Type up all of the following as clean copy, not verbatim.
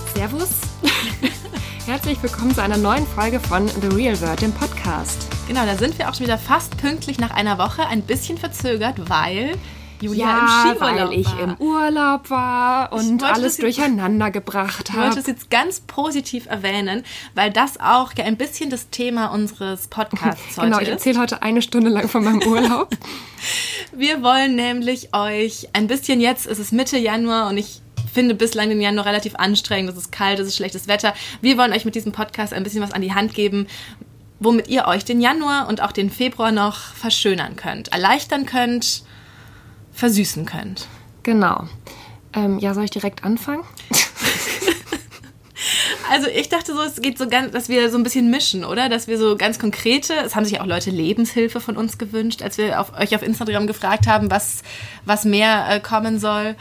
Servus. Herzlich willkommen zu einer neuen Folge von The Real World, dem Podcast. Genau, da sind wir auch schon wieder fast pünktlich nach einer Woche, ein bisschen verzögert, weil Julia im Skiurlaub war. Weil ich im Urlaub war und alles durcheinander gebracht habe. Ich wollte es jetzt ganz positiv erwähnen, weil das auch ja ein bisschen das Thema unseres Podcasts heute ist. Genau, ich erzähle heute 1 Stunde lang von meinem Urlaub. Wir wollen nämlich euch ein bisschen, jetzt ist es Mitte Januar und ich finde bislang den Januar relativ anstrengend, es ist kalt, es ist schlechtes Wetter. Wir wollen euch mit diesem Podcast ein bisschen was an die Hand geben, womit ihr euch den Januar und auch den Februar noch verschönern könnt, erleichtern könnt, versüßen könnt. Genau. Ja, soll ich direkt anfangen? Also ich dachte so, es geht so ganz, dass wir so ein bisschen mischen, oder? Dass wir so ganz konkrete, es haben sich auch Leute Lebenshilfe von uns gewünscht, als wir euch auf Instagram gefragt haben, was mehr kommen soll.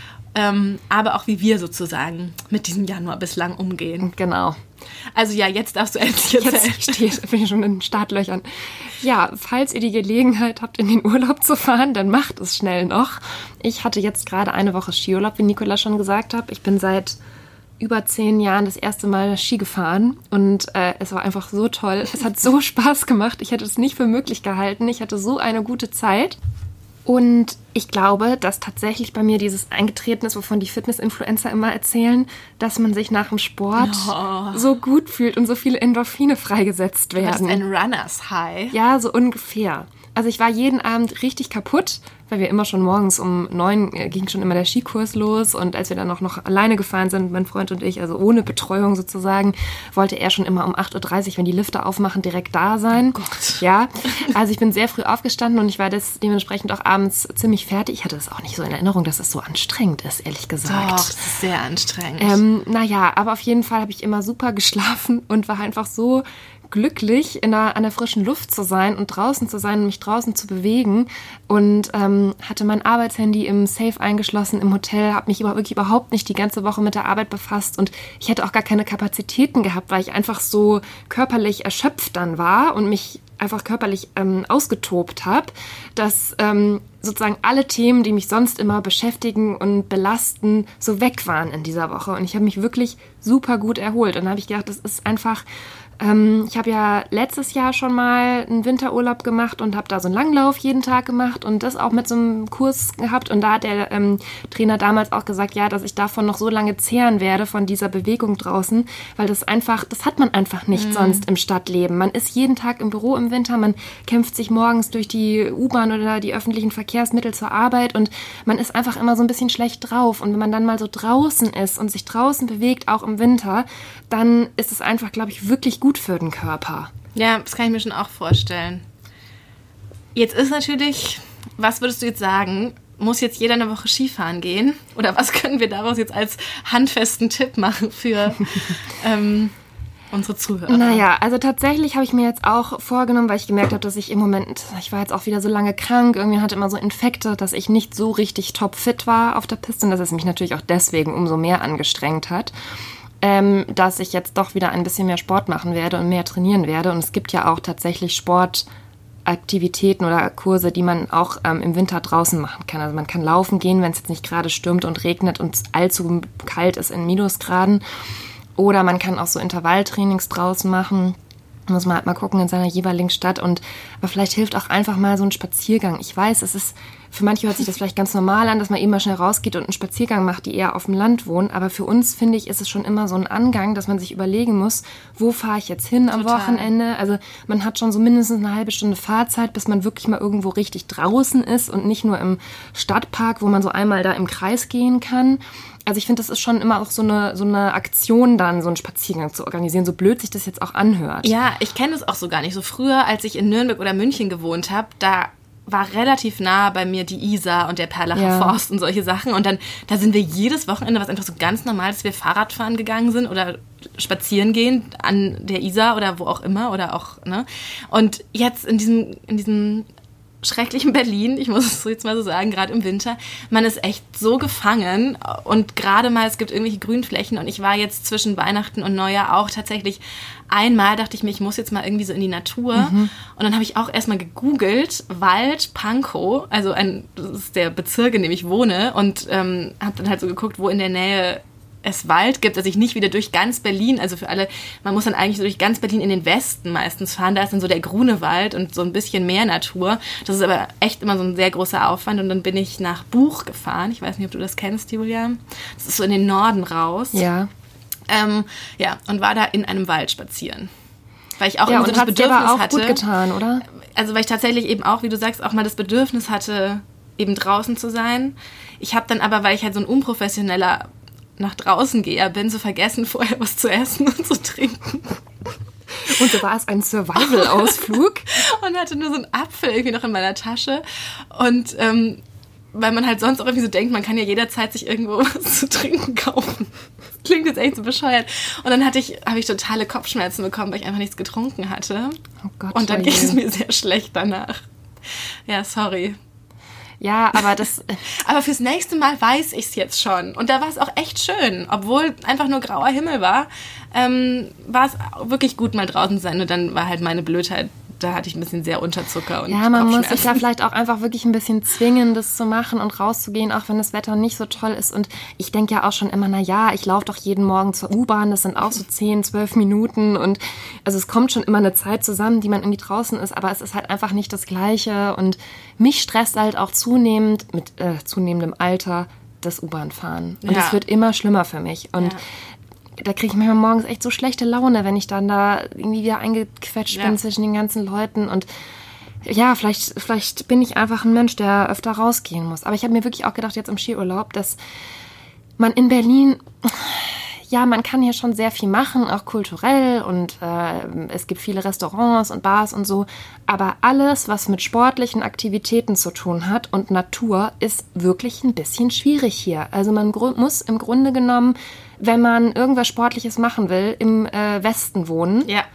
Aber auch wie wir sozusagen mit diesem Januar bislang umgehen. Genau. Also ja, jetzt darfst du endlich erzählen. Jetzt bin ich schon in den Startlöchern. Ja, falls ihr die Gelegenheit habt, in den Urlaub zu fahren, dann macht es schnell noch. Ich hatte jetzt gerade eine Woche Skiurlaub, wie Nicola schon gesagt hat. Ich bin seit über 10 Jahren das erste Mal Ski gefahren und es war einfach so toll. Es hat so Spaß gemacht. Ich hätte es nicht für möglich gehalten. Ich hatte so eine gute Zeit. Und ich glaube, dass tatsächlich bei mir dieses eingetreten ist, wovon die Fitness-Influencer immer erzählen, dass man sich nach dem Sport so gut fühlt und so viele Endorphine freigesetzt werden. Das ist ein Runners High. Ja, so ungefähr. Also ich war jeden Abend richtig kaputt, weil wir immer schon morgens um 9 ging schon immer der Skikurs los und als wir dann noch alleine gefahren sind, mein Freund und ich, also ohne Betreuung sozusagen, wollte er schon immer um 8.30 Uhr, wenn die Lifte aufmachen, direkt da sein. Oh Gott. Ja, also ich bin sehr früh aufgestanden und ich war dementsprechend auch abends ziemlich fertig. Ich hatte das auch nicht so in Erinnerung, dass es so anstrengend ist, ehrlich gesagt. Doch, das ist sehr anstrengend. Naja, aber auf jeden Fall habe ich immer super geschlafen und war einfach so glücklich, an der frischen Luft zu sein und draußen zu sein und mich draußen zu bewegen und hatte mein Arbeitshandy im Safe eingeschlossen im Hotel, habe mich wirklich überhaupt nicht die ganze Woche mit der Arbeit befasst und ich hätte auch gar keine Kapazitäten gehabt, weil ich einfach so körperlich erschöpft dann war und mich einfach körperlich ausgetobt habe, dass sozusagen alle Themen, die mich sonst immer beschäftigen und belasten, so weg waren in dieser Woche und ich habe mich wirklich super gut erholt und dann habe ich gedacht, das ist einfach ich habe ja letztes Jahr schon mal einen Winterurlaub gemacht und habe da so einen Langlauf jeden Tag gemacht und das auch mit so einem Kurs gehabt. Und da hat der Trainer damals auch gesagt, ja, dass ich davon noch so lange zehren werde, von dieser Bewegung draußen, weil das hat man einfach nicht sonst im Stadtleben. Man ist jeden Tag im Büro im Winter, man kämpft sich morgens durch die U-Bahn oder die öffentlichen Verkehrsmittel zur Arbeit und man ist einfach immer so ein bisschen schlecht drauf. Und wenn man dann mal so draußen ist und sich draußen bewegt, auch im Winter, dann ist es einfach, glaube ich, wirklich gut für den Körper. Ja, das kann ich mir schon auch vorstellen. Jetzt ist natürlich, was würdest du jetzt sagen? Muss jetzt jeder eine Woche Skifahren gehen? Oder was können wir daraus jetzt als handfesten Tipp machen für unsere Zuhörer? Naja, also tatsächlich habe ich mir jetzt auch vorgenommen, weil ich gemerkt habe, dass ich war jetzt auch wieder so lange krank, irgendwie hatte immer so Infekte, dass ich nicht so richtig topfit war auf der Piste und dass es mich natürlich auch deswegen umso mehr angestrengt hat. Dass ich jetzt doch wieder ein bisschen mehr Sport machen werde und mehr trainieren werde. Und es gibt ja auch tatsächlich Sportaktivitäten oder Kurse, die man auch im Winter draußen machen kann. Also man kann laufen gehen, wenn es jetzt nicht gerade stürmt und regnet und allzu kalt ist in Minusgraden. Oder man kann auch so Intervalltrainings draußen machen. Muss man halt mal gucken in seiner jeweiligen Stadt. Aber vielleicht hilft auch einfach mal so ein Spaziergang. Ich weiß, für manche hört sich das vielleicht ganz normal an, dass man eben mal schnell rausgeht und einen Spaziergang macht, die eher auf dem Land wohnen. Aber für uns, finde ich, ist es schon immer so ein Angang, dass man sich überlegen muss, wo fahre ich jetzt hin am Wochenende? Also man hat schon so mindestens eine halbe Stunde Fahrzeit, bis man wirklich mal irgendwo richtig draußen ist und nicht nur im Stadtpark, wo man so einmal da im Kreis gehen kann. Also ich finde, das ist schon immer auch so eine Aktion dann, so einen Spaziergang zu organisieren, so blöd sich das jetzt auch anhört. Ja, ich kenne das auch so gar nicht. So früher, als ich in Nürnberg oder München gewohnt habe, da war relativ nah bei mir die Isar und der Perlacher Forst und solche Sachen. Und da sind wir jedes Wochenende, was einfach so ganz normal ist, wir Fahrradfahren gegangen sind oder spazieren gehen an der Isar oder wo auch immer oder auch, ne? Und jetzt in diesem schrecklichen Berlin, ich muss es jetzt mal so sagen, gerade im Winter, man ist echt so gefangen und gerade mal, es gibt irgendwelche Grünflächen und ich war jetzt zwischen Weihnachten und Neujahr auch tatsächlich einmal, dachte ich mir, ich muss jetzt mal irgendwie so in die Natur und dann habe ich auch erstmal gegoogelt, Wald Pankow, also das ist der Bezirk, in dem ich wohne und habe dann halt so geguckt, wo in der Nähe es Wald gibt, dass ich nicht wieder durch ganz Berlin, also für alle, man muss dann eigentlich so durch ganz Berlin in den Westen meistens fahren, da ist dann so der Grunewald und so ein bisschen mehr Natur. Das ist aber echt immer so ein sehr großer Aufwand und dann bin ich nach Buch gefahren. Ich weiß nicht, ob du das kennst, Julia. Das ist so in den Norden raus. Ja. Und war da in einem Wald spazieren. Weil ich auch Ja, immer so und das hat dir Bedürfnis aber auch hatte. gut getan, oder? Also weil ich tatsächlich eben auch, wie du sagst, auch mal das Bedürfnis hatte, eben draußen zu sein. Ich habe dann aber, weil ich halt so ein unprofessioneller nach draußen Geher bin, so vergessen, vorher was zu essen und zu trinken. Und so war es ein Survival-Ausflug. Und hatte nur so einen Apfel irgendwie noch in meiner Tasche. Und weil man halt sonst auch irgendwie so denkt, man kann ja jederzeit sich irgendwo was zu trinken kaufen. Klingt jetzt echt so bescheuert. Und dann habe ich totale Kopfschmerzen bekommen, weil ich einfach nichts getrunken hatte. Oh Gott, und dann ging es mir sehr schlecht danach. Ja, sorry. Ja, aber das... Aber fürs nächste Mal weiß ich es jetzt schon. Und da war es auch echt schön. Obwohl einfach nur grauer Himmel war, war es wirklich gut, mal draußen zu sein. Und dann war halt meine Blödheit, da hatte ich ein bisschen sehr Unterzucker und Ja, man muss sich Kopfschmerzen. da vielleicht auch einfach wirklich ein bisschen zwingen, das zu machen und rauszugehen, auch wenn das Wetter nicht so toll ist. Und ich denke ja auch schon immer, ich laufe doch jeden Morgen zur U-Bahn, das sind auch so 10, 12 Minuten. Und also es kommt schon immer eine Zeit zusammen, die man irgendwie draußen ist, aber es ist halt einfach nicht das Gleiche. Und mich stresst halt auch zunehmend, mit zunehmendem Alter, das U-Bahn-Fahren. Und es wird immer schlimmer für mich. Und da kriege ich manchmal morgens echt so schlechte Laune, wenn ich dann da irgendwie wieder eingequetscht bin zwischen den ganzen Leuten. Und ja, vielleicht bin ich einfach ein Mensch, der öfter rausgehen muss. Aber ich habe mir wirklich auch gedacht, jetzt im Skiurlaub, dass man in Berlin, ja, man kann hier schon sehr viel machen, auch kulturell. Und es gibt viele Restaurants und Bars und so. Aber alles, was mit sportlichen Aktivitäten zu tun hat und Natur, ist wirklich ein bisschen schwierig hier. Also man muss im Grunde genommen, wenn man irgendwas Sportliches machen will, im Westen wohnen. Ja.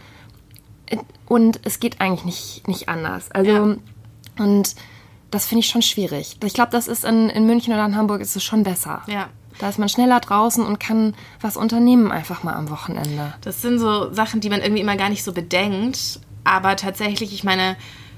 Und es geht eigentlich nicht anders. Also, und das finde ich schon schwierig. Ich glaube, das ist in München oder in Hamburg ist es schon besser. Ja. Da ist man schneller draußen und kann was unternehmen einfach mal am Wochenende. Das sind so Sachen, die man irgendwie immer gar nicht so bedenkt. Aber tatsächlich, ich meine,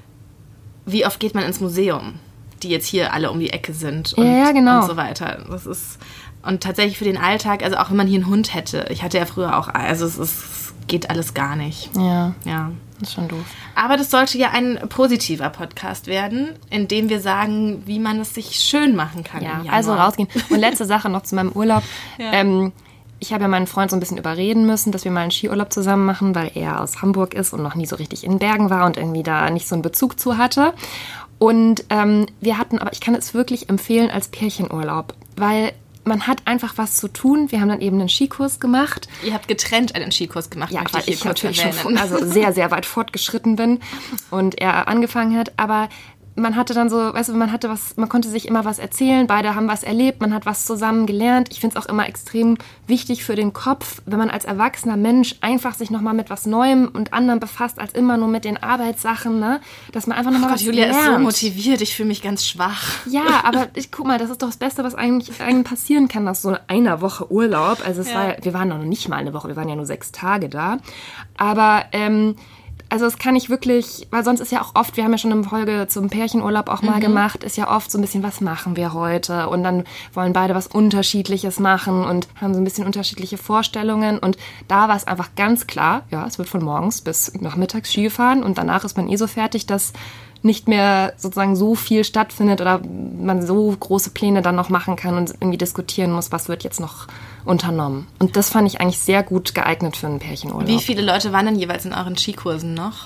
wie oft geht man ins Museum, die jetzt hier alle um die Ecke sind und, und so weiter. Das ist, und tatsächlich für den Alltag, also auch wenn man hier einen Hund hätte, ich hatte ja früher auch, also es geht alles gar nicht. Ja, ja. Das ist schon doof. Aber das sollte ja ein positiver Podcast werden, in dem wir sagen, wie man es sich schön machen kann. Ja, im Januar. also rausgehen. Und letzte Sache noch zu meinem Urlaub. Ja. Ich habe ja meinen Freund so ein bisschen überreden müssen, dass wir mal einen Skiurlaub zusammen machen, weil er aus Hamburg ist und noch nie so richtig in Bergen war und irgendwie da nicht so einen Bezug zu hatte. Und wir hatten, aber ich kann es wirklich empfehlen als Pärchenurlaub, weil man hat einfach was zu tun. Wir haben dann eben einen Skikurs gemacht. Ihr habt getrennt einen Skikurs gemacht, ja, möchte weil ich natürlich schon erwähnen. sehr, sehr weit fortgeschritten bin und er angefangen hat. Aber man hatte dann so, weißt du, man konnte sich immer was erzählen, beide haben was erlebt, man hat was zusammen gelernt. Ich finde es auch immer extrem wichtig für den Kopf, wenn man als erwachsener Mensch einfach sich nochmal mit was Neuem und anderem befasst, als immer nur mit den Arbeitssachen, ne? Dass man einfach nochmal was Julia lernt. ist so motiviert, ich fühle mich ganz schwach. Ja, aber guck mal, das ist doch das Beste, was eigentlich passieren kann, nach so einer Woche Urlaub. Also wir waren noch nicht mal eine Woche, wir waren ja nur 6 Tage da. Aber also das kann ich wirklich, weil sonst ist ja auch oft, wir haben ja schon eine Folge zum Pärchenurlaub auch mal gemacht, ist ja oft so ein bisschen, was machen wir heute? Und dann wollen beide was Unterschiedliches machen und haben so ein bisschen unterschiedliche Vorstellungen. Und da war es einfach ganz klar, ja, es wird von morgens bis nachmittags Ski gefahren und danach ist man so fertig, dass nicht mehr sozusagen so viel stattfindet oder man so große Pläne dann noch machen kann und irgendwie diskutieren muss, was wird jetzt noch unternommen. Und das fand ich eigentlich sehr gut geeignet für einen Pärchenurlaub. Wie viele Leute waren denn jeweils in euren Skikursen noch?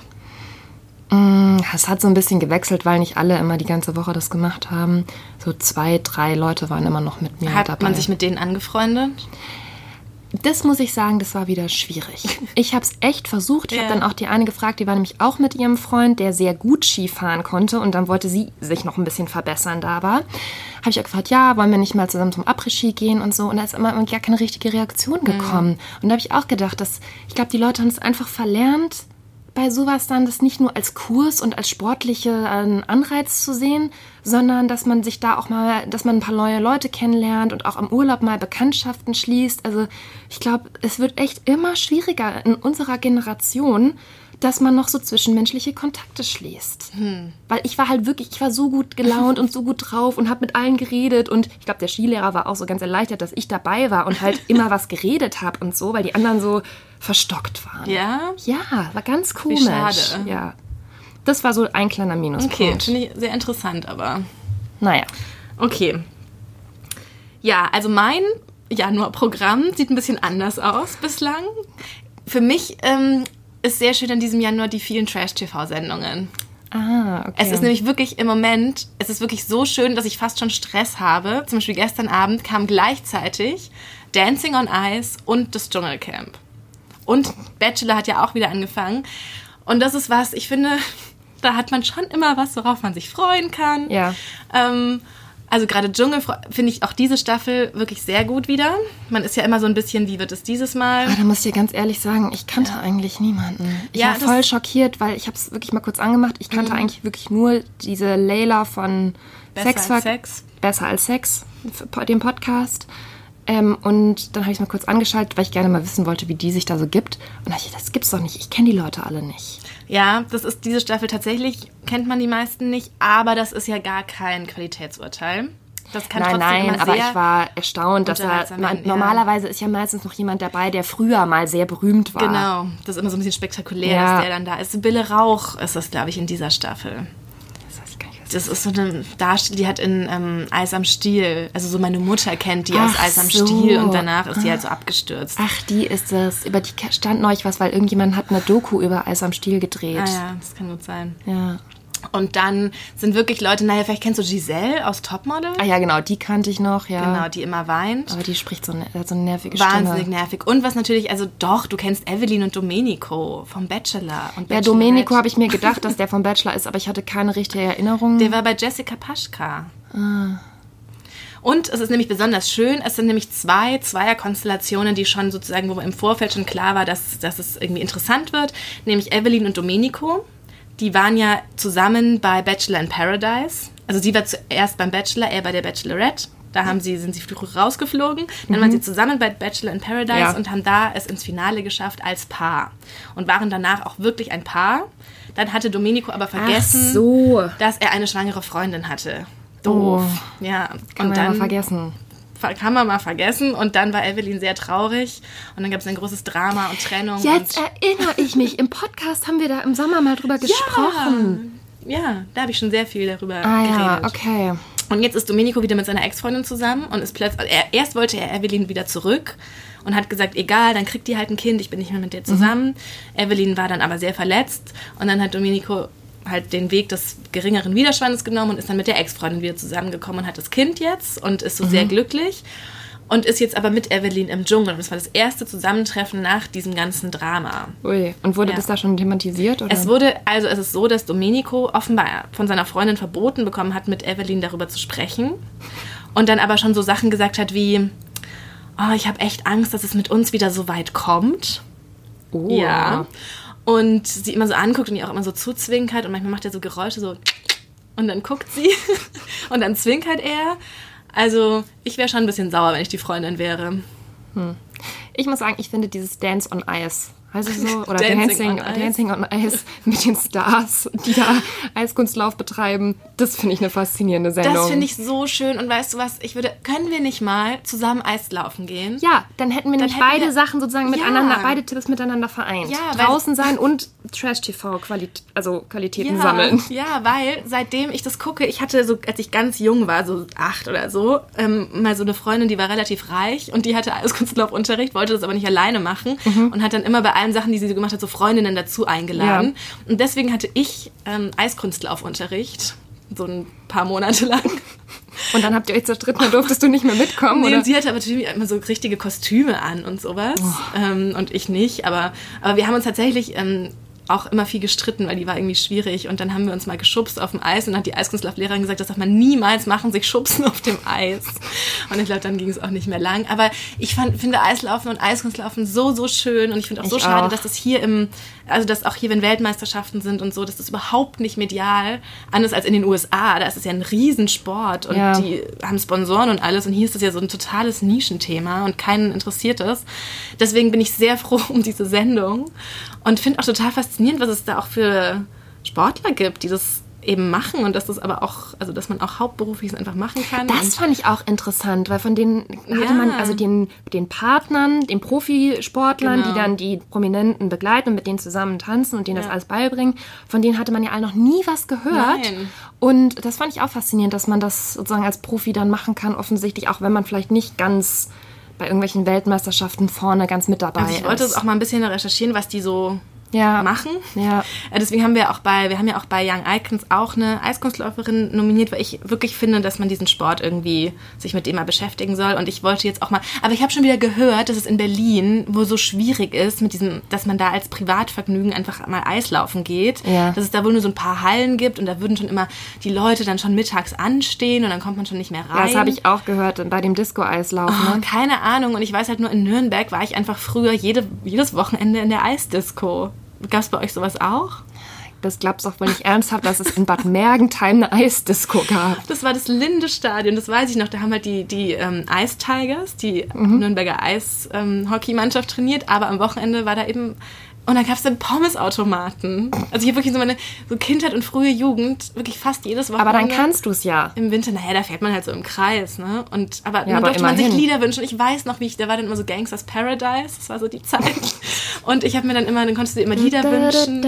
Es hat so ein bisschen gewechselt, weil nicht alle immer die ganze Woche das gemacht haben. So 2, 3 Leute waren immer noch mit mir dabei. Hat man sich mit denen angefreundet? Das muss ich sagen, das war wieder schwierig. Ich habe es echt versucht. Ich habe dann auch die eine gefragt, die war nämlich auch mit ihrem Freund, der sehr gut Ski fahren konnte. Und dann wollte sie sich noch ein bisschen verbessern da war. Habe ich auch gefragt, ja, wollen wir nicht mal zusammen zum Après-Ski gehen und so. Und da ist immer gar keine richtige Reaktion gekommen. Und da habe ich auch gedacht, ich glaube, die Leute haben es einfach verlernt, bei sowas dann das nicht nur als Kurs und als sportliche Anreiz zu sehen, sondern dass man sich da auch mal, dass man ein paar neue Leute kennenlernt und auch im Urlaub mal Bekanntschaften schließt. Also ich glaube, es wird echt immer schwieriger in unserer Generation, dass man noch so zwischenmenschliche Kontakte schließt. Weil ich war so gut gelaunt und so gut drauf und habe mit allen geredet. Und ich glaube, der Skilehrer war auch so ganz erleichtert, dass ich dabei war und halt immer was geredet habe und so, weil die anderen so verstockt waren. Ja? Ja, war ganz komisch. Wie schade. Ja. Das war so ein kleiner Minuspunkt. Okay, finde ich sehr interessant, aber... Naja. Okay. Ja, also mein Januarprogramm sieht ein bisschen anders aus bislang. Für mich ist sehr schön in diesem Januar die vielen Trash-TV-Sendungen. Ah, okay. Es ist nämlich wirklich im Moment, es ist wirklich so schön, dass ich fast schon Stress habe. Zum Beispiel gestern Abend kam gleichzeitig Dancing on Ice und das Dschungelcamp. Und Bachelor hat ja auch wieder angefangen. Und das ist was, ich finde, da hat man schon immer was, worauf man sich freuen kann. Ja. Also gerade Dschungel finde ich auch diese Staffel wirklich sehr gut wieder. Man ist ja immer so ein bisschen, wie wird es dieses Mal? Da muss ich dir ganz ehrlich sagen, ich kannte eigentlich niemanden. Ich war voll schockiert, weil ich habe es wirklich mal kurz angemacht. Ich kannte eigentlich wirklich nur diese Layla von Besser als Sex, dem Podcast. Und dann habe ich es mal kurz angeschaltet, weil ich gerne mal wissen wollte, wie die sich da so gibt. Und da dachte ich, das gibt's doch nicht. Ich kenne die Leute alle nicht. Ja, das ist diese Staffel tatsächlich, kennt man die meisten nicht, aber das ist ja gar kein Qualitätsurteil. Das kann trotzdem immer aber sehr ich war erstaunt, dass normalerweise ist ja meistens noch jemand dabei, der früher mal sehr berühmt war. Genau, das ist immer so ein bisschen spektakulär, dass der dann da ist. Bille Rauch ist das, glaube ich, in dieser Staffel. Das ist so eine Darstellerin, die hat in Eis am Stiel, also so meine Mutter kennt die aus Eis am Stiel und danach ist die halt so abgestürzt. Ach, die ist es. Über die stand neulich was, weil irgendjemand hat eine Doku über Eis am Stiel gedreht. Ah ja, das kann gut sein. Ja. Und dann sind wirklich Leute, vielleicht kennst du Giselle aus Topmodel? Ah ja, genau, die kannte ich noch, ja. Genau, die immer weint. Aber die spricht so eine nervige Stimme. Wahnsinnig nervig. Und was natürlich, du kennst Evelyn und Domenico vom Bachelor. Und ja, Domenico habe ich mir gedacht, dass der vom Bachelor ist, aber ich hatte keine richtige Erinnerung. Der war bei Jessica Paschka. Ah. Und es ist nämlich besonders schön, es sind nämlich zwei Zweierkonstellationen, die schon sozusagen, wo im Vorfeld schon klar war, dass es irgendwie interessant wird, nämlich Evelyn und Domenico. Die waren ja zusammen bei Bachelor in Paradise. Also sie war zuerst beim Bachelor, er bei der Bachelorette. Da sind sie früh rausgeflogen. Dann waren sie zusammen bei Bachelor in Paradise und haben da es ins Finale geschafft als Paar. Und waren danach auch wirklich ein Paar. Dann hatte Domenico aber vergessen, dass er eine schwangere Freundin hatte. Doof. Oh. Ja. Kann man mal vergessen. Und dann war Evelyn sehr traurig und dann gab es ein großes Drama und Trennung. Jetzt erinnere ich mich, im Podcast haben wir da im Sommer mal drüber gesprochen. Ja, da habe ich schon sehr viel darüber geredet. Ja, okay. Und jetzt ist Domenico wieder mit seiner Ex-Freundin zusammen und ist plötzlich, erst wollte er Evelyn wieder zurück und hat gesagt, egal, dann kriegt die halt ein Kind, ich bin nicht mehr mit der zusammen. Evelyn war dann aber sehr verletzt und dann hat Domenico halt den Weg des geringeren Widerstandes genommen und ist dann mit der Ex-Freundin wieder zusammengekommen und hat das Kind jetzt und ist so sehr glücklich und ist jetzt aber mit Evelyn im Dschungel. Und das war das erste Zusammentreffen nach diesem ganzen Drama. Ui, und wurde das da schon thematisiert? Oder? Es ist so, dass Domenico offenbar von seiner Freundin verboten bekommen hat, mit Evelyn darüber zu sprechen und dann aber schon so Sachen gesagt hat wie, ich habe echt Angst, dass es mit uns wieder so weit kommt. Oh. Ja. Und sie immer so anguckt und ihr auch immer so zuzwinkert und manchmal macht er so Geräusche so und dann guckt sie und dann zwinkert er. Also ich wäre schon ein bisschen sauer, wenn ich die Freundin wäre. Ich muss sagen, ich finde dieses Dance on Ice, heißt es so? Oder Dancing on Ice mit den Stars, die da Eiskunstlauf betreiben, das finde ich eine faszinierende Sendung. Das finde ich so schön und weißt du was, können wir nicht mal zusammen Eislaufen gehen? Ja, dann hätten wir nämlich beide Sachen sozusagen miteinander, beide Tipps miteinander vereint. Ja, draußen sein und Trash-TV-Qualitäten sammeln. Ja, weil seitdem ich das gucke, ich hatte so, als ich ganz jung war, so 8 oder so, mal so eine Freundin, die war relativ reich und die hatte Eiskunstlaufunterricht, wollte das aber nicht alleine machen und hat dann immer bei allen Sachen, die sie so gemacht hat, so Freundinnen dazu eingeladen. Ja. Und deswegen hatte ich Eiskunstlaufunterricht, so ein paar Monate lang. Und dann habt ihr euch zerstritten, dann durftest du nicht mehr mitkommen, oder? Und sie hatte aber natürlich immer so richtige Kostüme an und sowas. Und ich nicht. Aber wir haben uns tatsächlich auch immer viel gestritten, weil die war irgendwie schwierig. Und dann haben wir uns mal geschubst auf dem Eis und dann hat die Eiskunstlauflehrerin gesagt, das darf man niemals machen, sich schubsen auf dem Eis. Und ich glaube, dann ging es auch nicht mehr lang. Aber ich finde Eislaufen und Eiskunstlaufen so, so schön. Und ich finde auch so schade, dass das hier dass auch hier, wenn Weltmeisterschaften sind und so, dass das überhaupt nicht medial, anders als in den USA. Da ist es ja ein Riesensport und die haben Sponsoren und alles. Und hier ist das ja so ein totales Nischenthema und keinen interessiert es. Deswegen bin ich sehr froh um diese Sendung und finde auch total faszinierend, faszinierend, was es da auch für Sportler gibt, die das eben machen und dass das aber auch, also dass man auch hauptberuflich einfach machen kann. Das fand ich auch interessant, weil von denen hatte man, also den Partnern, den Profisportlern, die dann die Prominenten begleiten und mit denen zusammen tanzen und denen das alles beibringen, von denen hatte man ja alle noch nie was gehört. Nein. Und das fand ich auch faszinierend, dass man das sozusagen als Profi dann machen kann, offensichtlich, auch wenn man vielleicht nicht ganz bei irgendwelchen Weltmeisterschaften vorne ganz mit dabei ist. Also ich wollte es auch mal ein bisschen recherchieren, was die so machen. Ja. Deswegen haben wir ja auch bei Young Icons auch eine Eiskunstläuferin nominiert, weil ich wirklich finde, dass man diesen Sport irgendwie sich mit dem mal beschäftigen soll. Und ich wollte jetzt auch mal, aber ich habe schon wieder gehört, dass es in Berlin wohl so schwierig ist mit diesem, dass man da als Privatvergnügen einfach mal Eislaufen geht. Ja. Dass es da wohl nur so ein paar Hallen gibt und da würden schon immer die Leute dann schon mittags anstehen und dann kommt man schon nicht mehr rein. Ja, das habe ich auch gehört bei dem Disco-Eislaufen. Ne? Keine Ahnung. Und ich weiß halt nur, in Nürnberg war ich einfach früher jedes Wochenende in der Eisdisco. Gab es bei euch sowas auch? Das glaubst du doch wohl nicht ernsthaft, dass es in Bad Mergentheim eine Eisdisco gab. Das war das Linde-Stadion, das weiß ich noch. Da haben halt die Ice Tigers, die Nürnberger Eishockeymannschaft trainiert, aber am Wochenende war da eben... Und dann gab es dann Pommesautomaten. Also hier wirklich so meine Kindheit und frühe Jugend, wirklich fast jedes Wochenende. Aber dann kannst du es ja. Im Winter, da fährt man halt so im Kreis, ne? Aber dann durfte man sich Lieder wünschen. Ich weiß noch, da war dann immer so Gangsters Paradise, das war so die Zeit. Und ich habe mir dann konntest du dir immer Lieder wünschen.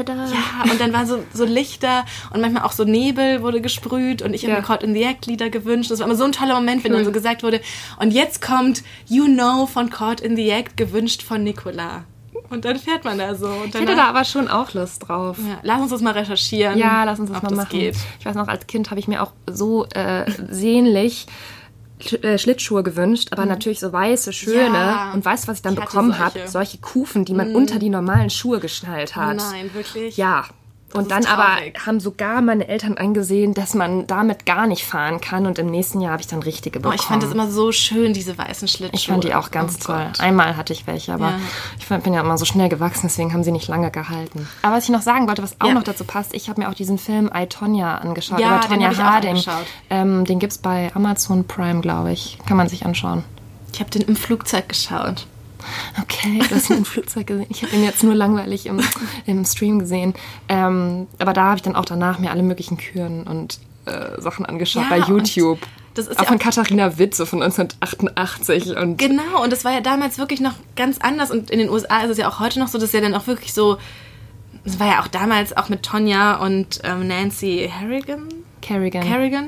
Ja, und dann waren so Lichter und manchmal auch so Nebel wurde gesprüht und ich habe mir Caught in the Act Lieder gewünscht. Das war immer so ein toller Moment, wenn dann so gesagt wurde, und jetzt kommt You Know von Caught in the Act, gewünscht von Nicola. Und dann fährt man da so. Und ich hätte da aber schon auch Lust drauf. Ja, lass uns das mal recherchieren. Ja, lass uns das mal machen. Geht. Ich weiß noch, als Kind habe ich mir auch so sehnlich Schlittschuhe gewünscht, aber natürlich so weiße, schöne. Ja. Und weißt du, was ich dann bekommen habe? Solche Kufen, die man unter die normalen Schuhe geschnallt hat. Oh nein, wirklich? Ja. Und dann aber haben sogar meine Eltern angesehen, dass man damit gar nicht fahren kann. Und im nächsten Jahr habe ich dann richtige bekommen. Ich fand das immer so schön, diese weißen Schlittschuhe. Ich fand die auch ganz toll. Gott. Einmal hatte ich welche, aber ich bin ja immer so schnell gewachsen, deswegen haben sie nicht lange gehalten. Aber was ich noch sagen wollte, was auch noch dazu passt, ich habe mir auch diesen Film I, Tonya angeschaut. Ja, über Tonya Harding. Den gibt es bei Amazon Prime, glaube ich. Kann man sich anschauen. Ich habe den im Flugzeug geschaut. Okay, du hast ihn im Flugzeug gesehen. Ich habe ihn jetzt nur langweilig im Stream gesehen. Aber da habe ich dann auch danach mir alle möglichen Küren und Sachen angeschaut bei YouTube. Das ist auch von Katharina Witt, so von 1988. Genau, und das war ja damals wirklich noch ganz anders. Und in den USA ist es ja auch heute noch so, dass ja dann auch wirklich so... Das war ja auch damals auch mit Tonya und Nancy Kerrigan.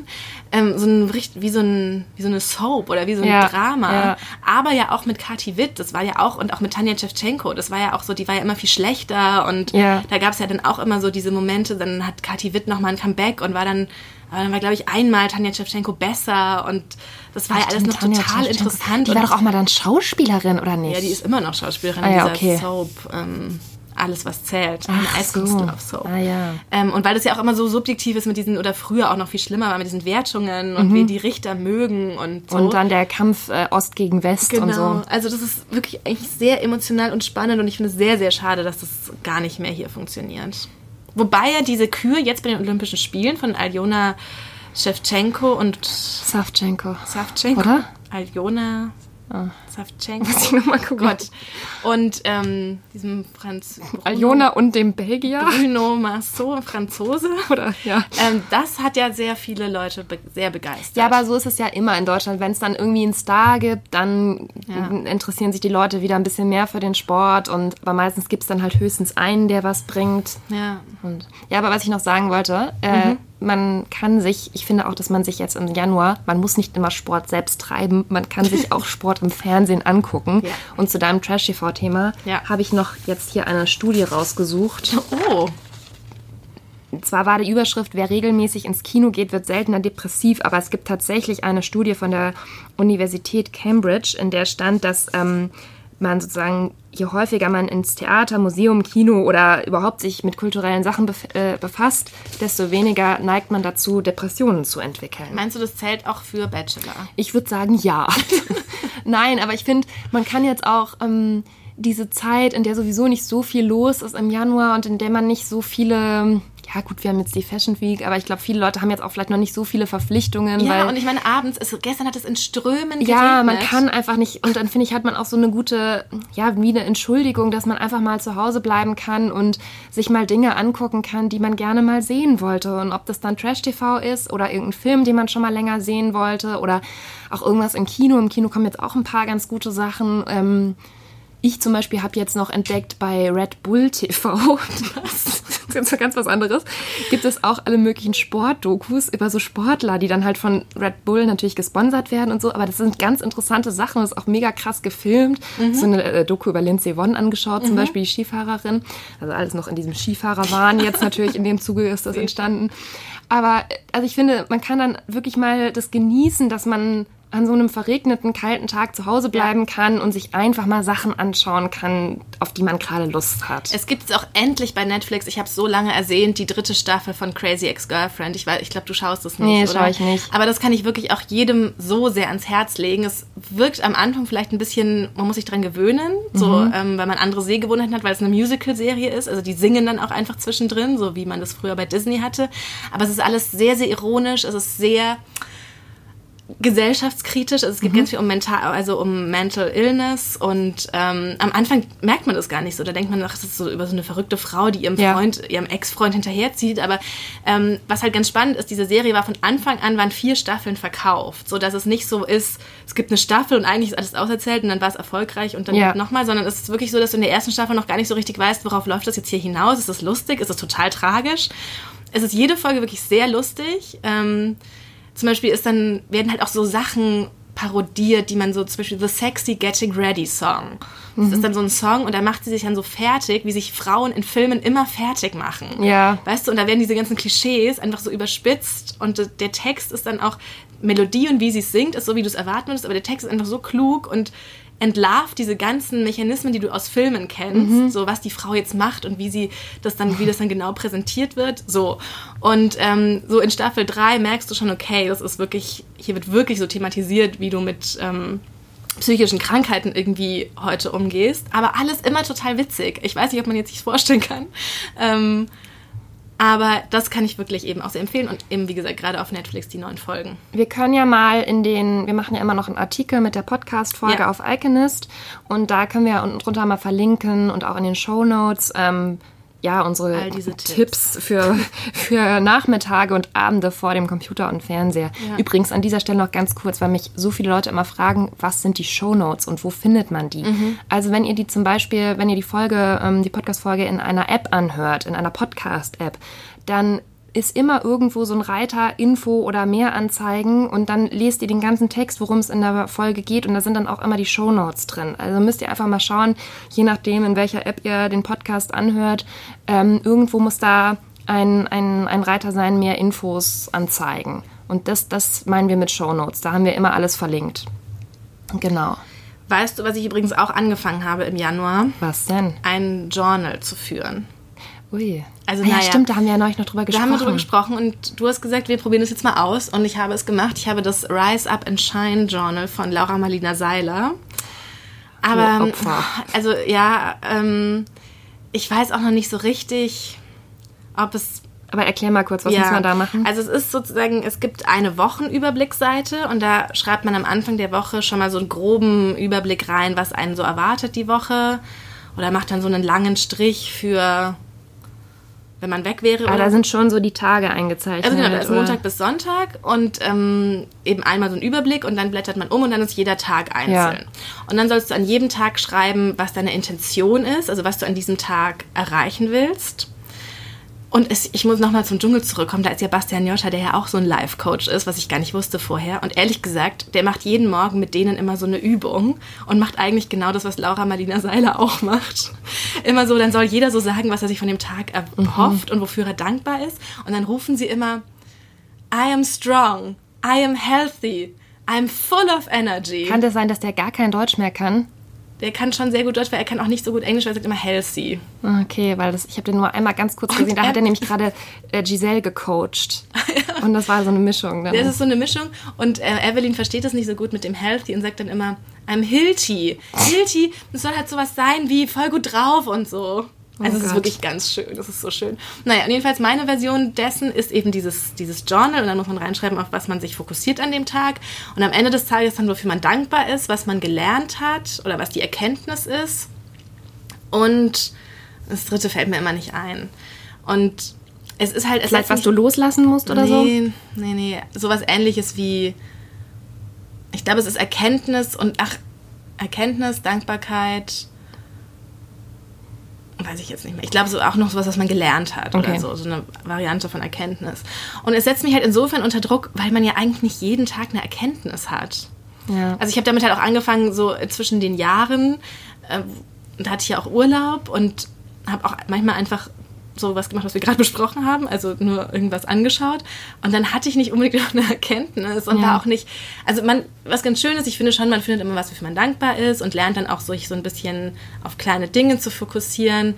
Wie so eine Soap oder wie so ein Drama. Ja. Aber ja auch mit Kathi Witt, das war ja auch, und auch mit Tanja Shevchenko, das war ja auch so, die war ja immer viel schlechter und da gab es ja dann auch immer so diese Momente, dann hat Kathi Witt nochmal ein Comeback und dann war, glaube ich, einmal Tanja Shevchenko besser und das war ja alles noch total interessant. Die war doch auch mal dann Schauspielerin, oder nicht? Ja, die ist immer noch Schauspielerin in dieser Soap. Alles, was zählt. Eine Eiskunstlauf-Soap. Und weil das ja auch immer so subjektiv ist mit diesen, oder früher auch noch viel schlimmer war mit diesen Wertungen und wie die Richter mögen und so. Und dann der Kampf Ost gegen West und so. Genau, also das ist wirklich eigentlich sehr emotional und spannend und ich finde es sehr, sehr schade, dass das gar nicht mehr hier funktioniert. Wobei ja diese Kür jetzt bei den Olympischen Spielen von Aljona Shevchenko und... Savchenko. Oder? Aljona... Savchenko. Muss ich nochmal gucken. Gott. Und diesem Aljona und dem Belgier. Bruno Marceau, Franzose. Oder, ja. Das hat ja sehr viele Leute sehr begeistert. Ja, aber so ist es ja immer in Deutschland. Wenn es dann irgendwie einen Star gibt, dann interessieren sich die Leute wieder ein bisschen mehr für den Sport. Aber meistens gibt es dann halt höchstens einen, der was bringt. Ja. Aber was ich noch sagen wollte, man kann sich, ich finde auch, dass man sich jetzt im Januar, man muss nicht immer Sport selbst treiben, man kann sich auch Sport im Fernsehen angucken. Ja. Und zu deinem Trash-TV-Thema habe ich noch jetzt hier eine Studie rausgesucht. Oh. Zwar war die Überschrift, wer regelmäßig ins Kino geht, wird seltener depressiv, aber es gibt tatsächlich eine Studie von der Universität Cambridge, in der stand, dass man sozusagen, je häufiger man ins Theater, Museum, Kino oder überhaupt sich mit kulturellen Sachen befasst, desto weniger neigt man dazu, Depressionen zu entwickeln. Meinst du, das zählt auch für Bachelor? Ich würde sagen, ja. Nein, aber ich finde, man kann jetzt auch diese Zeit, in der sowieso nicht so viel los ist im Januar und in der man nicht so viele ja gut, wir haben jetzt die Fashion Week, aber ich glaube, viele Leute haben jetzt auch vielleicht noch nicht so viele Verpflichtungen. Ja, weil, und ich meine, abends, gestern hat es in Strömen geregnet. Ja, man kann einfach nicht, und dann finde ich, hat man auch so eine gute, ja, wie eine Entschuldigung, dass man einfach mal zu Hause bleiben kann und sich mal Dinge angucken kann, die man gerne mal sehen wollte. Und ob das dann Trash-TV ist oder irgendein Film, den man schon mal länger sehen wollte oder auch irgendwas im Kino. Im Kino kommen jetzt auch ein paar ganz gute Sachen. Ich zum Beispiel habe jetzt noch entdeckt bei Red Bull TV, das ist jetzt ganz was anderes, gibt es auch alle möglichen Sportdokus über so Sportler, die dann halt von Red Bull natürlich gesponsert werden und so, aber das sind ganz interessante Sachen, das ist auch mega krass gefilmt. So eine Doku über Lindsey Vonn angeschaut, zum Beispiel die Skifahrerin, also alles noch in diesem Skifahrerwahn jetzt natürlich, in dem Zuge ist das entstanden. Aber also ich finde, man kann dann wirklich mal das genießen, dass man an so einem verregneten, kalten Tag zu Hause bleiben kann und sich einfach mal Sachen anschauen kann, auf die man gerade Lust hat. Es gibt es auch endlich bei Netflix, ich habe es so lange ersehnt, die 3. Staffel von Crazy Ex-Girlfriend. Ich glaube, du schaust es nicht, nee, oder? Nee, schaue ich nicht. Aber das kann ich wirklich auch jedem so sehr ans Herz legen. Es wirkt am Anfang vielleicht ein bisschen, man muss sich dran gewöhnen, weil man andere Sehgewohnheiten hat, weil es eine Musical-Serie ist. Also die singen dann auch einfach zwischendrin, so wie man das früher bei Disney hatte. Aber es ist alles sehr, sehr ironisch, es ist sehr gesellschaftskritisch, also es geht ganz viel um Mental Illness und am Anfang merkt man das gar nicht so, da denkt man, ach, das ist so über so eine verrückte Frau, die ihrem Ex-Freund hinterherzieht, aber was halt ganz spannend ist, diese Serie war von Anfang an, waren 4 Staffeln verkauft, so dass es nicht so ist, es gibt eine Staffel und eigentlich ist alles auserzählt und dann war es erfolgreich und dann nochmal, sondern es ist wirklich so, dass du in der ersten Staffel noch gar nicht so richtig weißt, worauf läuft das jetzt hier hinaus, ist das lustig, ist das total tragisch, es ist jede Folge wirklich sehr lustig, zum Beispiel werden halt auch so Sachen parodiert, die man so, zum Beispiel The Sexy Getting Ready Song. Das ist dann so ein Song und da macht sie sich dann so fertig, wie sich Frauen in Filmen immer fertig machen. Ja. Weißt du, und da werden diese ganzen Klischees einfach so überspitzt und der Text ist dann auch, Melodie und wie sie es singt, ist so, wie du es erwarten würdest, aber der Text ist einfach so klug und entlarvt diese ganzen Mechanismen, die du aus Filmen kennst, so was die Frau jetzt macht und wie das dann genau präsentiert wird, so. Und so in Staffel 3 merkst du schon, okay, das ist wirklich, hier wird wirklich so thematisiert, wie du mit psychischen Krankheiten irgendwie heute umgehst, aber alles immer total witzig. Ich weiß nicht, ob man jetzt sich vorstellen kann, aber das kann ich wirklich eben auch sehr empfehlen und eben, wie gesagt, gerade auf Netflix die 9 Folgen. Wir können ja mal wir machen ja immer noch einen Artikel mit der Podcast-Folge auf Iconist und da können wir ja unten drunter mal verlinken und auch in den Shownotes unsere Tipps für Nachmittage und Abende vor dem Computer und Fernseher. Ja. Übrigens an dieser Stelle noch ganz kurz, weil mich so viele Leute immer fragen, was sind die Shownotes und wo findet man die? Also wenn ihr die zum Beispiel, wenn ihr die Podcast-Folge in einer App anhört, in einer Podcast-App, dann ist immer irgendwo so ein Reiter Info oder mehr Anzeigen und dann lest ihr den ganzen Text, worum es in der Folge geht und da sind dann auch immer die Shownotes drin. Also müsst ihr einfach mal schauen, je nachdem, in welcher App ihr den Podcast anhört, irgendwo muss da ein Reiter sein, mehr Infos anzeigen. Und das meinen wir mit Shownotes. Da haben wir immer alles verlinkt. Genau. Weißt du, was ich übrigens auch angefangen habe im Januar? Was denn? Ein Journal zu führen. Ui. Also, ja, stimmt, da haben wir ja neulich noch drüber gesprochen. Da haben wir drüber gesprochen und du hast gesagt, wir probieren das jetzt mal aus und ich habe es gemacht. Ich habe das Rise Up and Shine Journal von Laura Marlina Seiler. Aber, also ja, ich weiß auch noch nicht so richtig, ob es... Aber erklär mal kurz, was muss man da machen? Also es ist sozusagen, es gibt eine Wochenüberblickseite und da schreibt man am Anfang der Woche schon mal so einen groben Überblick rein, was einen so erwartet die Woche. Oder macht dann so einen langen Strich für... wenn man weg wäre. Aber da sind schon so die Tage eingezeichnet. Also genau, da ist Montag bis Sonntag und eben einmal so ein Überblick und dann blättert man um und dann ist jeder Tag einzeln. Ja. Und dann sollst du an jedem Tag schreiben, was deine Intention ist, also was du an diesem Tag erreichen willst. Und ich muss nochmal zum Dschungel zurückkommen, da ist ja Bastian Joscha, der ja auch so ein Life-Coach ist, was ich gar nicht wusste vorher. Und ehrlich gesagt, der macht jeden Morgen mit denen immer so eine Übung und macht eigentlich genau das, was Laura Marlina Seiler auch macht. Immer so, dann soll jeder so sagen, was er sich von dem Tag erhofft und wofür er dankbar ist. Und dann rufen sie immer, I am strong, I am healthy, I am full of energy. Kann das sein, dass der gar kein Deutsch mehr kann? Der kann schon sehr gut Deutsch, weil er kann auch nicht so gut Englisch, weil er sagt immer healthy. Okay, weil ich habe den nur einmal ganz kurz gesehen, da hat er nämlich gerade Giselle gecoacht. Ja. Und das war so eine Mischung. Dann. Das ist so eine Mischung und Evelyn versteht das nicht so gut mit dem healthy und sagt dann immer, I'm Hilti. Hilti, das soll halt sowas sein wie voll gut drauf und so. Also es ist wirklich ganz schön, das ist so schön. Naja, und jedenfalls meine Version dessen ist eben dieses Journal und dann muss man reinschreiben, auf was man sich fokussiert an dem Tag und am Ende des Tages dann, wofür man dankbar ist, was man gelernt hat oder was die Erkenntnis ist und das dritte fällt mir immer nicht ein. Und es ist halt... Vielleicht, was du loslassen musst oder so? Nee, sowas Ähnliches wie... Ich glaube, es ist Erkenntnis, Dankbarkeit... Weiß ich jetzt nicht mehr. Ich glaube, so auch noch sowas, was man gelernt hat oder so eine Variante von Erkenntnis. Und es setzt mich halt insofern unter Druck, weil man ja eigentlich nicht jeden Tag eine Erkenntnis hat. Ja. Also ich habe damit halt auch angefangen, so zwischen den Jahren, da hatte ich ja auch Urlaub und habe auch manchmal einfach so was gemacht, was wir gerade besprochen haben, also nur irgendwas angeschaut. Und dann hatte ich nicht unbedingt noch eine Erkenntnis und war auch nicht, also was ganz schön ist, ich finde schon, man findet immer was, wofür man dankbar ist und lernt dann auch sich so ein bisschen auf kleine Dinge zu fokussieren.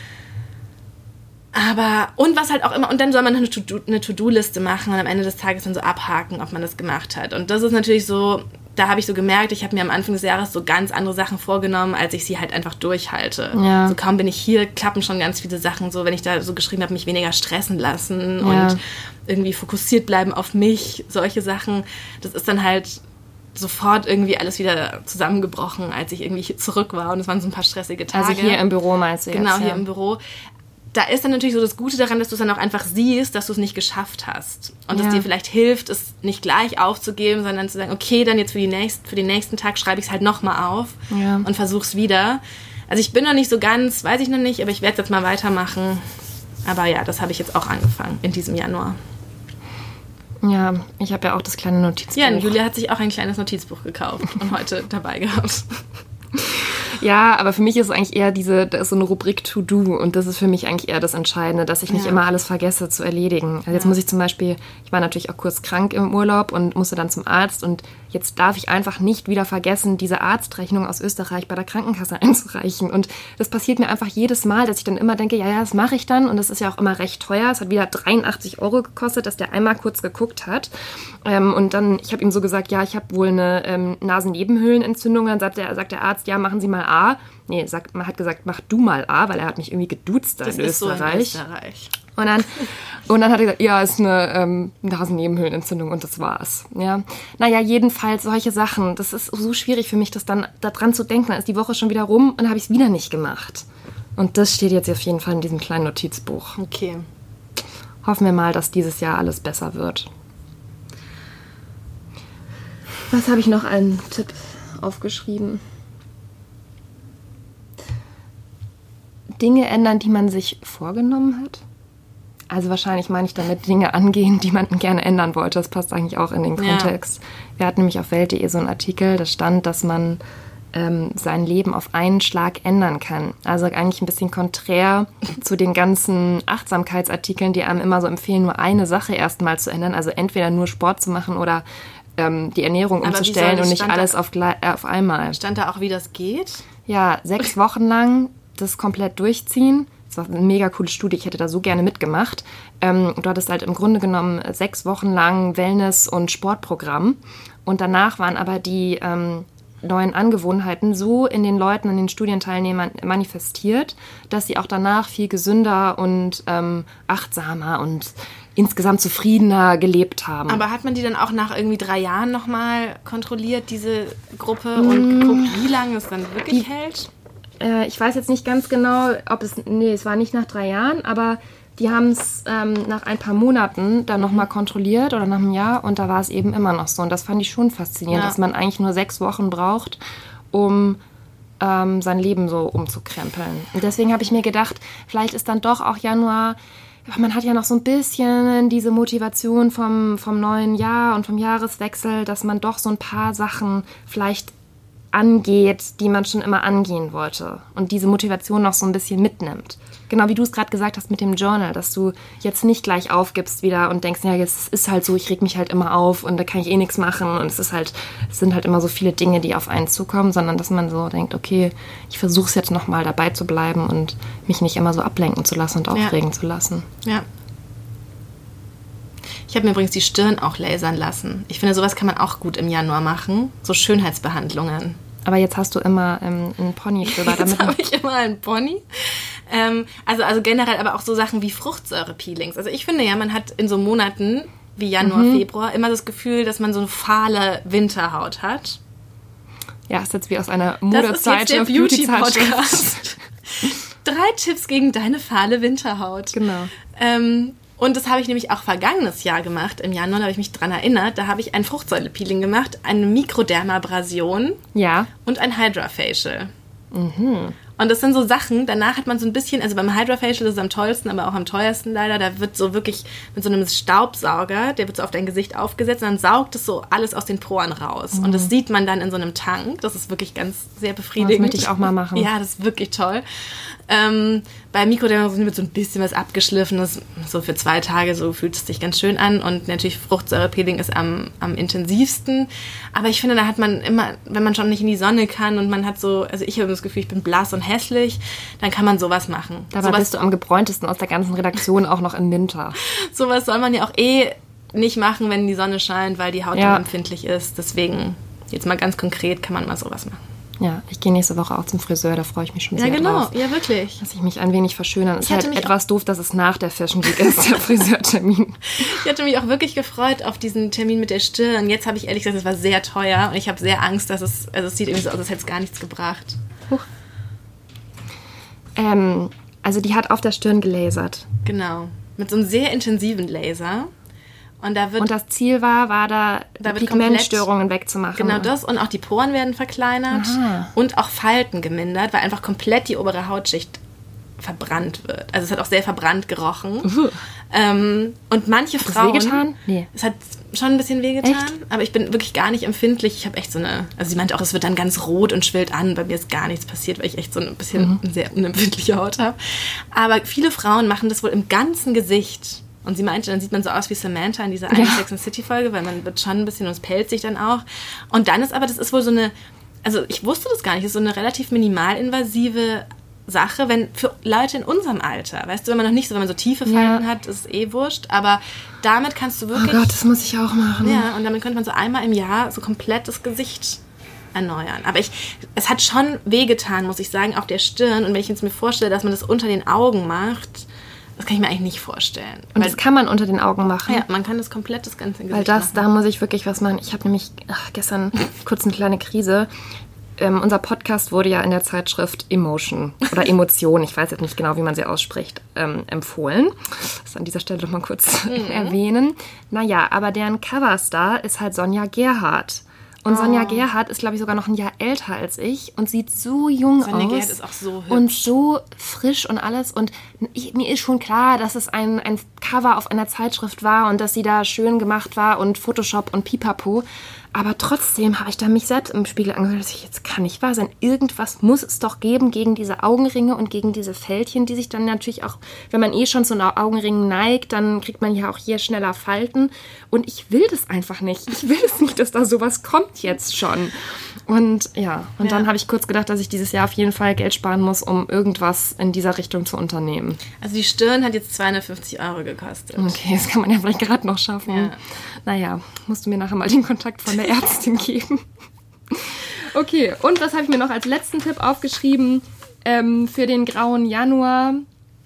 Aber, und was halt auch immer, und dann soll man eine To-Do-Liste machen und am Ende des Tages dann so abhaken, ob man das gemacht hat. Und das ist natürlich so, da habe ich so gemerkt, ich habe mir am Anfang des Jahres so ganz andere Sachen vorgenommen, als ich sie halt einfach durchhalte. Ja. So kaum bin ich hier, klappen schon ganz viele Sachen so, wenn ich da so geschrieben habe, mich weniger stressen lassen und irgendwie fokussiert bleiben auf mich, solche Sachen. Das ist dann halt sofort irgendwie alles wieder zusammengebrochen, als ich irgendwie hier zurück war und es waren so ein paar stressige Tage. Also hier im Büro meinst du jetzt? Genau, hier im Büro. Da ist dann natürlich so das Gute daran, dass du es dann auch einfach siehst, dass du es nicht geschafft hast. Und dass dir vielleicht hilft, es nicht gleich aufzugeben, sondern zu sagen, okay, dann jetzt für den nächsten Tag schreibe ich es halt nochmal auf und versuch's wieder. Also ich bin noch nicht so ganz, weiß ich noch nicht, aber ich werde es jetzt mal weitermachen. Aber ja, das habe ich jetzt auch angefangen in diesem Januar. Ja, ich habe ja auch das kleine Notizbuch. Ja, und Julia hat sich auch ein kleines Notizbuch gekauft und heute dabei gehabt. Ja, aber für mich ist es eigentlich eher da ist so eine Rubrik To-Do und das ist für mich eigentlich eher das Entscheidende, dass ich nicht immer alles vergesse zu erledigen. Also jetzt muss ich zum Beispiel, ich war natürlich auch kurz krank im Urlaub und musste dann zum Arzt und jetzt darf ich einfach nicht wieder vergessen, diese Arztrechnung aus Österreich bei der Krankenkasse einzureichen. Und das passiert mir einfach jedes Mal, dass ich dann immer denke, ja, das mache ich dann und das ist ja auch immer recht teuer. Es hat wieder 83 € gekostet, dass der einmal kurz geguckt hat. Und dann, ich habe ihm so gesagt, ja, ich habe wohl eine Nasennebenhöhlenentzündung. Dann sagt der Arzt, ja, machen Sie mal A. Nee, man hat gesagt, mach du mal A, weil er hat mich irgendwie geduzt da in Österreich. So in Österreich. Und dann hat er gesagt, ja, ist eine Nasennebenhöhlenentzündung und das war's. Ja. Naja, jedenfalls solche Sachen. Das ist so schwierig für mich, das dann daran zu denken. Dann ist die Woche schon wieder rum und dann habe ich es wieder nicht gemacht. Und das steht jetzt auf jeden Fall in diesem kleinen Notizbuch. Okay. Hoffen wir mal, dass dieses Jahr alles besser wird. Was habe ich noch einen Tipp aufgeschrieben? Dinge ändern, die man sich vorgenommen hat. Also wahrscheinlich meine ich damit Dinge angehen, die man gerne ändern wollte. Das passt eigentlich auch in den Kontext. Wir hatten nämlich auf Welt.de so einen Artikel, da stand, dass man sein Leben auf einen Schlag ändern kann. Also eigentlich ein bisschen konträr zu den ganzen Achtsamkeitsartikeln, die einem immer so empfehlen, nur eine Sache erstmal zu ändern. Also entweder nur Sport zu machen oder die Ernährung umzustellen und nicht alles auf einmal. Stand da auch, wie das geht? Ja, 6 Wochen lang das komplett durchziehen. Das war eine mega coole Studie, ich hätte da so gerne mitgemacht. Du hattest halt im Grunde genommen 6 Wochen lang Wellness- und Sportprogramm. Und danach waren aber die neuen Angewohnheiten so in den Leuten, in den Studienteilnehmern manifestiert, dass sie auch danach viel gesünder und achtsamer und insgesamt zufriedener gelebt haben. Aber hat man die dann auch nach irgendwie 3 Jahren nochmal kontrolliert, diese Gruppe, und geguckt, wie lange es dann wirklich hält? Ich weiß jetzt nicht ganz genau, es war nicht nach 3 Jahren, aber die haben es nach ein paar Monaten dann nochmal kontrolliert oder nach einem Jahr und da war es eben immer noch so. Und das fand ich schon faszinierend, dass man eigentlich nur 6 Wochen braucht, um sein Leben so umzukrempeln. Und deswegen habe ich mir gedacht, vielleicht ist dann doch auch Januar, man hat ja noch so ein bisschen diese Motivation vom neuen Jahr und vom Jahreswechsel, dass man doch so ein paar Sachen vielleicht angeht, die man schon immer angehen wollte und diese Motivation noch so ein bisschen mitnimmt. Genau wie du es gerade gesagt hast mit dem Journal, dass du jetzt nicht gleich aufgibst wieder und denkst, ja, jetzt ist halt so, ich reg mich halt immer auf und da kann ich eh nichts machen und es sind halt immer so viele Dinge, die auf einen zukommen, sondern dass man so denkt, okay, ich versuche es jetzt nochmal dabei zu bleiben und mich nicht immer so ablenken zu lassen und aufregen zu lassen. Ja. Ich habe mir übrigens die Stirn auch lasern lassen. Ich finde, sowas kann man auch gut im Januar machen. So Schönheitsbehandlungen. Aber jetzt hast du immer einen Pony drüber. Jetzt habe ich immer einen Pony. Also generell aber auch so Sachen wie Fruchtsäure-Peelings. Also ich finde ja, man hat in so Monaten wie Januar, Februar immer das Gefühl, dass man so eine fahle Winterhaut hat. Ja, ist jetzt wie aus einer Modezeitschrift, Beauty-Podcast. 3 Tipps gegen deine fahle Winterhaut. Genau. Und das habe ich nämlich auch vergangenes Jahr gemacht, im Januar, da habe ich mich dran erinnert. Da habe ich ein Fruchtsäule-Peeling gemacht, eine Mikrodermabrasion und ein Hydra-Facial. Und das sind so Sachen, danach hat man so ein bisschen, also beim Hydra-Facial ist es am tollsten, aber auch am teuersten leider, da wird so wirklich mit so einem Staubsauger, der wird so auf dein Gesicht aufgesetzt und dann saugt es so alles aus den Poren raus. Und das sieht man dann in so einem Tank. Das ist wirklich sehr befriedigend. Das möchte ich auch mal machen. Ja, das ist wirklich toll. Bei Mikrodermabrasion wird so ein bisschen was abgeschliffenes, so für 2 Tage, so fühlt es sich ganz schön an. Und natürlich Fruchtsäure-Peeling ist am intensivsten. Aber ich finde, da hat man immer, wenn man schon nicht in die Sonne kann und man hat so, also ich habe das Gefühl, ich bin blass und hässlich, dann kann man sowas machen. Dabei bist du am gebräuntesten aus der ganzen Redaktion auch noch im Winter. Sowas soll man ja auch nicht machen, wenn die Sonne scheint, weil die Haut dann empfindlich ist. Deswegen, jetzt mal ganz konkret, kann man mal sowas machen. Ja, ich gehe nächste Woche auch zum Friseur, da freue ich mich schon sehr drauf. Ja, wirklich. Dass ich mich ein wenig verschönern. Ist halt etwas doof, dass es nach der Fashion Week ist, der Friseurtermin. Ich hatte mich auch wirklich gefreut auf diesen Termin mit der Stirn. Jetzt habe ich ehrlich gesagt, es war sehr teuer und ich habe sehr Angst, dass es sieht irgendwie so aus, als hätte es gar nichts gebracht. Also die hat auf der Stirn gelasert. Genau, mit so einem sehr intensiven Laser. Und das Ziel war da Pigmentstörungen wegzumachen. Genau das. Und auch die Poren werden verkleinert. Aha. Und auch Falten gemindert, weil einfach komplett die obere Hautschicht verbrannt wird. Also es hat auch sehr verbrannt gerochen. Und manche Frauen... Hat es wehgetan? Nee. Es hat schon ein bisschen wehgetan. Echt? Aber ich bin wirklich gar nicht empfindlich. Ich habe echt also sie meinte auch, es wird dann ganz rot und schwillt an. Bei mir ist gar nichts passiert, weil ich echt so ein bisschen sehr unempfindliche Haut habe. Aber viele Frauen machen das wohl im ganzen Gesicht. Und sie meinte, dann sieht man so aus wie Samantha in dieser einen Sex and City Folge, weil man wird schon ein bisschen und es pellt sich dann auch. Und dann das ist wohl so eine, also ich wusste das gar nicht, das ist so eine relativ minimalinvasive Sache, für Leute in unserem Alter. Weißt du, wenn man so tiefe Falten hat, ist es wurscht. Aber damit kannst du wirklich... Oh Gott, das muss ich auch machen. Ja, und damit könnte man so einmal im Jahr so komplett das Gesicht erneuern. Aber es hat schon wehgetan, muss ich sagen, auf der Stirn. Und wenn ich jetzt mir vorstelle, dass man das unter den Augen macht... Das kann ich mir eigentlich nicht vorstellen. Und das kann man unter den Augen machen? Ja, man kann das komplett das ganze Gesicht machen. Da muss ich wirklich was machen. Ich habe nämlich gestern kurz eine kleine Krise. Unser Podcast wurde ja in der Zeitschrift Emotion oder Emotion, ich weiß jetzt nicht genau, wie man sie ausspricht, empfohlen. Das an dieser Stelle noch mal kurz erwähnen. Naja, aber deren Coverstar ist halt Sonja Gerhardt. Und Sonja Gerhardt ist, glaube ich, sogar noch ein Jahr älter als ich und sieht so jung aus. Sonja Gerhardt ist auch so hübsch. Und so frisch und alles. Und mir ist schon klar, dass es ein Cover auf einer Zeitschrift war und dass sie da schön gemacht war und Photoshop und Pipapo. Aber trotzdem habe ich da mich selbst im Spiegel angehört, dass jetzt kann nicht wahr sein. Irgendwas muss es doch geben gegen diese Augenringe und gegen diese Fältchen, die sich dann natürlich auch, wenn man schon zu Augenringen neigt, dann kriegt man ja auch hier schneller Falten. Und ich will das einfach nicht. Ich will es nicht, dass da sowas kommt jetzt schon. Und dann habe ich kurz gedacht, dass ich dieses Jahr auf jeden Fall Geld sparen muss, um irgendwas in dieser Richtung zu unternehmen. Also die Stirn hat jetzt 250 € gekostet. Okay, das kann man ja vielleicht gerade noch schaffen. Ja. Naja, musst du mir nachher mal den Kontakt von der Ärztin geben. Okay, und was habe ich mir noch als letzten Tipp aufgeschrieben für den grauen Januar?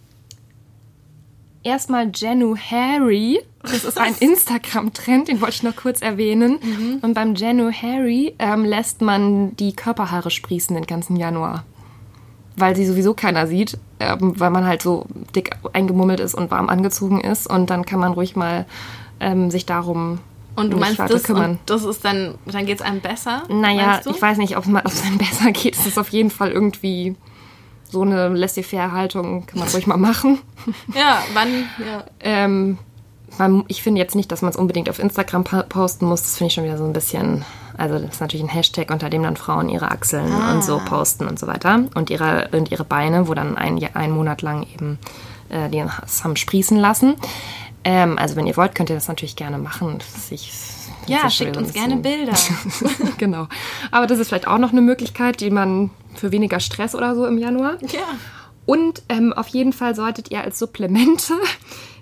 Erstmal January. Das ist ein Instagram-Trend, den wollte ich noch kurz erwähnen. Und beim January lässt man die Körperhaare sprießen den ganzen Januar. Weil sie sowieso keiner sieht, weil man halt so dick eingemummelt ist und warm angezogen ist. Und dann kann man ruhig mal sich darum und du meinst das kümmern. Und das ist dann geht es einem besser? Naja, ich weiß nicht, ob es einem besser geht. Es ist auf jeden Fall irgendwie so eine laissez-faire-Haltung, kann man ruhig mal machen. Ja, wann? Ja. Ich finde jetzt nicht, dass man es unbedingt auf Instagram posten muss. Das finde ich schon wieder so ein bisschen... Also das ist natürlich ein Hashtag, unter dem dann Frauen ihre Achseln und so posten und so weiter. Und ihre Beine, wo dann ein Monat lang eben die haben sprießen lassen. Also wenn ihr wollt, könnt ihr das natürlich gerne machen. Schickt uns gerne Bilder. Genau. Aber das ist vielleicht auch noch eine Möglichkeit, die man für weniger Stress oder so im Januar. Ja. Und auf jeden Fall solltet ihr als Supplemente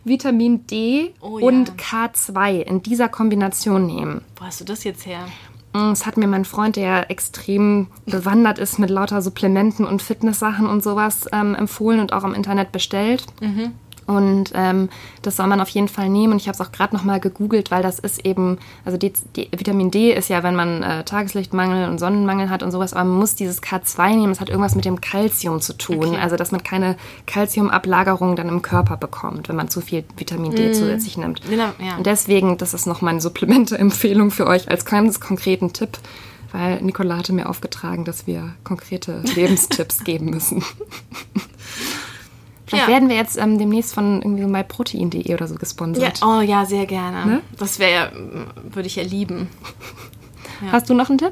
Vitamin D und K2 in dieser Kombination nehmen. Wo hast du das jetzt her? Das hat mir mein Freund, der extrem bewandert ist mit lauter Supplementen und Fitnesssachen und sowas, empfohlen und auch im Internet bestellt. Und das soll man auf jeden Fall nehmen. Und ich habe es auch gerade nochmal gegoogelt, weil das ist eben, also die Vitamin D ist ja, wenn man Tageslichtmangel und Sonnenmangel hat und sowas, aber man muss dieses K2 nehmen. Das hat irgendwas mit dem Calcium zu tun. Okay. Also, dass man keine Calciumablagerung dann im Körper bekommt, wenn man zu viel Vitamin D zusätzlich nimmt. Genau, ja. Und deswegen, das ist noch meine Supplemente-Empfehlung für euch als ganz konkreten Tipp, weil Nicola hatte mir aufgetragen, dass wir konkrete Lebenstipps geben müssen. Vielleicht werden wir jetzt demnächst von irgendwie so myprotein.de oder so gesponsert. Ja. Oh ja, sehr gerne. Ne? Das würde ich ja lieben. Ja. Hast du noch einen Tipp?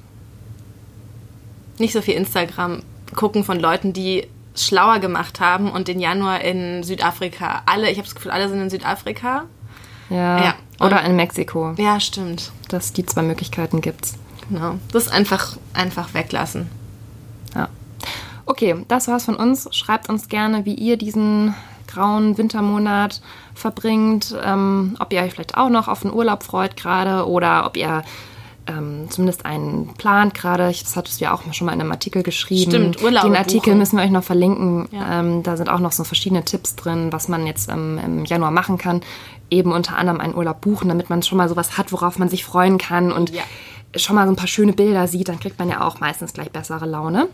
Nicht so viel Instagram gucken von Leuten, die schlauer gemacht haben und den Januar in Südafrika. Ich habe das Gefühl, alle sind in Südafrika. Ja. Oder in Mexiko. Ja, stimmt. Dass die 2 Möglichkeiten gibt's. Genau. Das einfach weglassen. Ja. Okay, das war's von uns. Schreibt uns gerne, wie ihr diesen grauen Wintermonat verbringt, ob ihr euch vielleicht auch noch auf den Urlaub freut gerade oder ob ihr zumindest einen plant gerade. Das hattest du ja auch schon mal in einem Artikel geschrieben. Stimmt, Urlaub. Den Artikel müssen wir euch noch verlinken. Ja. Da sind auch noch so verschiedene Tipps drin, was man jetzt im Januar machen kann. Eben unter anderem einen Urlaub buchen, damit man schon mal sowas hat, worauf man sich freuen kann und schon mal so ein paar schöne Bilder sieht. Dann kriegt man ja auch meistens gleich bessere Laune.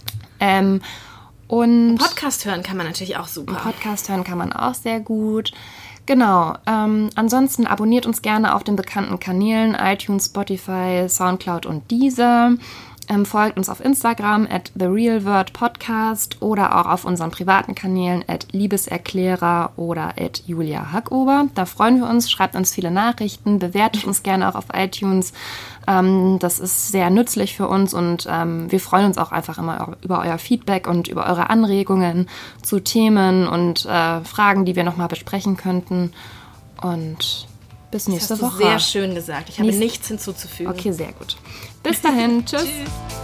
Und Podcast hören kann man natürlich auch super. Podcast hören kann man auch sehr gut. Genau. Ansonsten abonniert uns gerne auf den bekannten Kanälen iTunes, Spotify, Soundcloud und Deezer. Folgt uns auf Instagram @TheRealWordPodcast oder auch auf unseren privaten Kanälen @Liebeserklärer oder @JuliaHackober. Da freuen wir uns. Schreibt uns viele Nachrichten, bewertet uns gerne auch auf iTunes. Das ist sehr nützlich für uns und wir freuen uns auch einfach immer über euer Feedback und über eure Anregungen zu Themen und Fragen, die wir nochmal besprechen könnten. Und bis nächste Woche. Sehr schön gesagt. Ich habe nichts hinzuzufügen. Okay, sehr gut. Bis dahin. Tschüss. Tschüss.